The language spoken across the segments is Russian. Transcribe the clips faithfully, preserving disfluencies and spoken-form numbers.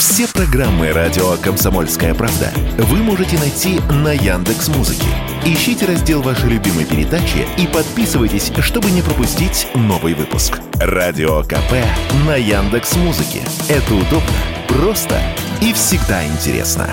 Все программы радио «Комсомольская правда» вы можете найти на Яндекс.Музыке. Ищите раздел вашей любимой передачи и подписывайтесь, чтобы не пропустить новый выпуск. Радио КП на Яндекс.Музыке. Это удобно, просто и всегда интересно.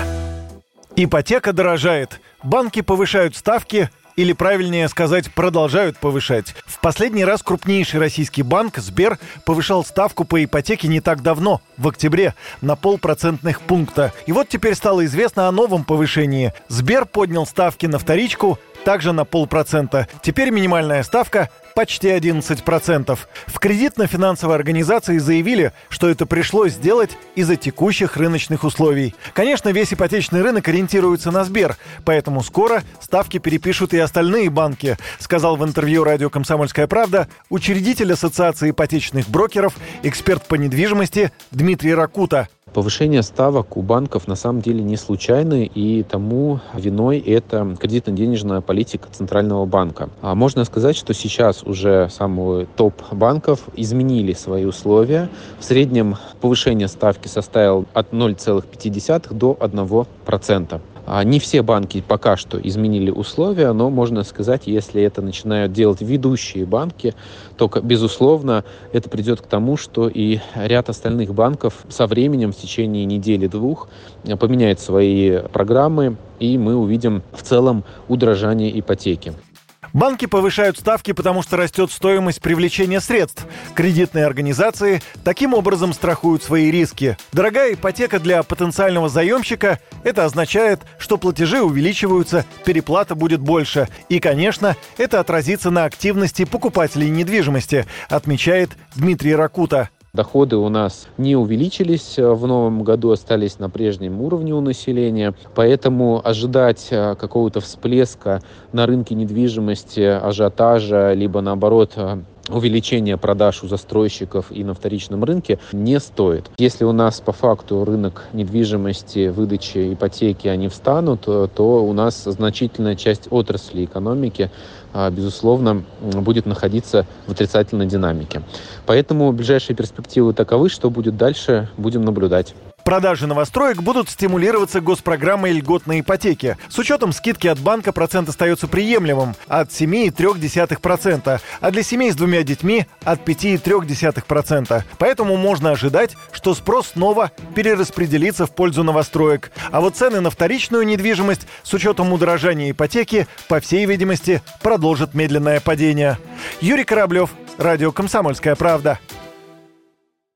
Ипотека дорожает. Банки повышают ставки, или, правильнее сказать, продолжают повышать. В последний раз крупнейший российский банк Сбер повышал ставку по ипотеке не так давно, в октябре, на полпроцентных пункта. И вот теперь стало известно о новом повышении. Сбер поднял ставки на вторичку также на полпроцента. Теперь минимальная ставка почти одиннадцать процентов. В кредитно-финансовой организации заявили, что это пришлось сделать из-за текущих рыночных условий. Конечно, весь ипотечный рынок ориентируется на Сбер, поэтому скоро ставки перепишут и остальные банки, сказал в интервью радио «Комсомольская правда» учредитель Ассоциации ипотечных брокеров, эксперт по недвижимости Дмитрий Ракута. Повышение ставок у банков на самом деле не случайны, и тому виной это кредитно-денежная политика Центрального банка. А можно сказать, что сейчас уже самые топ банков изменили свои условия. В среднем повышение ставки составило от ноль целых пять десятых до одного процента. Не все банки пока что изменили условия, но можно сказать, если это начинают делать ведущие банки, то, безусловно, это придет к тому, что и ряд остальных банков со временем в течение недели-двух поменяют свои программы, и мы увидим в целом удорожание ипотеки. Банки повышают ставки, потому что растет стоимость привлечения средств. Кредитные организации таким образом страхуют свои риски. Дорогая ипотека для потенциального заемщика – это означает, что платежи увеличиваются, переплата будет больше. И, конечно, это отразится на активности покупателей недвижимости, отмечает Дмитрий Ракута. Доходы у нас не увеличились в новом году, остались на прежнем уровне у населения. Поэтому ожидать какого-то всплеска на рынке недвижимости, ажиотажа, либо наоборот увеличение продаж у застройщиков и на вторичном рынке не стоит. Если у нас по факту рынок недвижимости, выдачи ипотеки, они встанут, то у нас значительная часть отрасли экономики, безусловно, будет находиться в отрицательной динамике. Поэтому ближайшие перспективы таковы, что будет дальше, будем наблюдать. Продажи новостроек будут стимулироваться госпрограммой льготной ипотеки. С учетом скидки от банка процент остается приемлемым – от семь целых три десятых процента, а для семей с двумя детьми – от пять целых три десятых процента. Поэтому можно ожидать, что спрос снова перераспределится в пользу новостроек. А вот цены на вторичную недвижимость с учетом удорожания ипотеки, по всей видимости, продолжат медленное падение. Юрий Кораблев, радио «Комсомольская правда».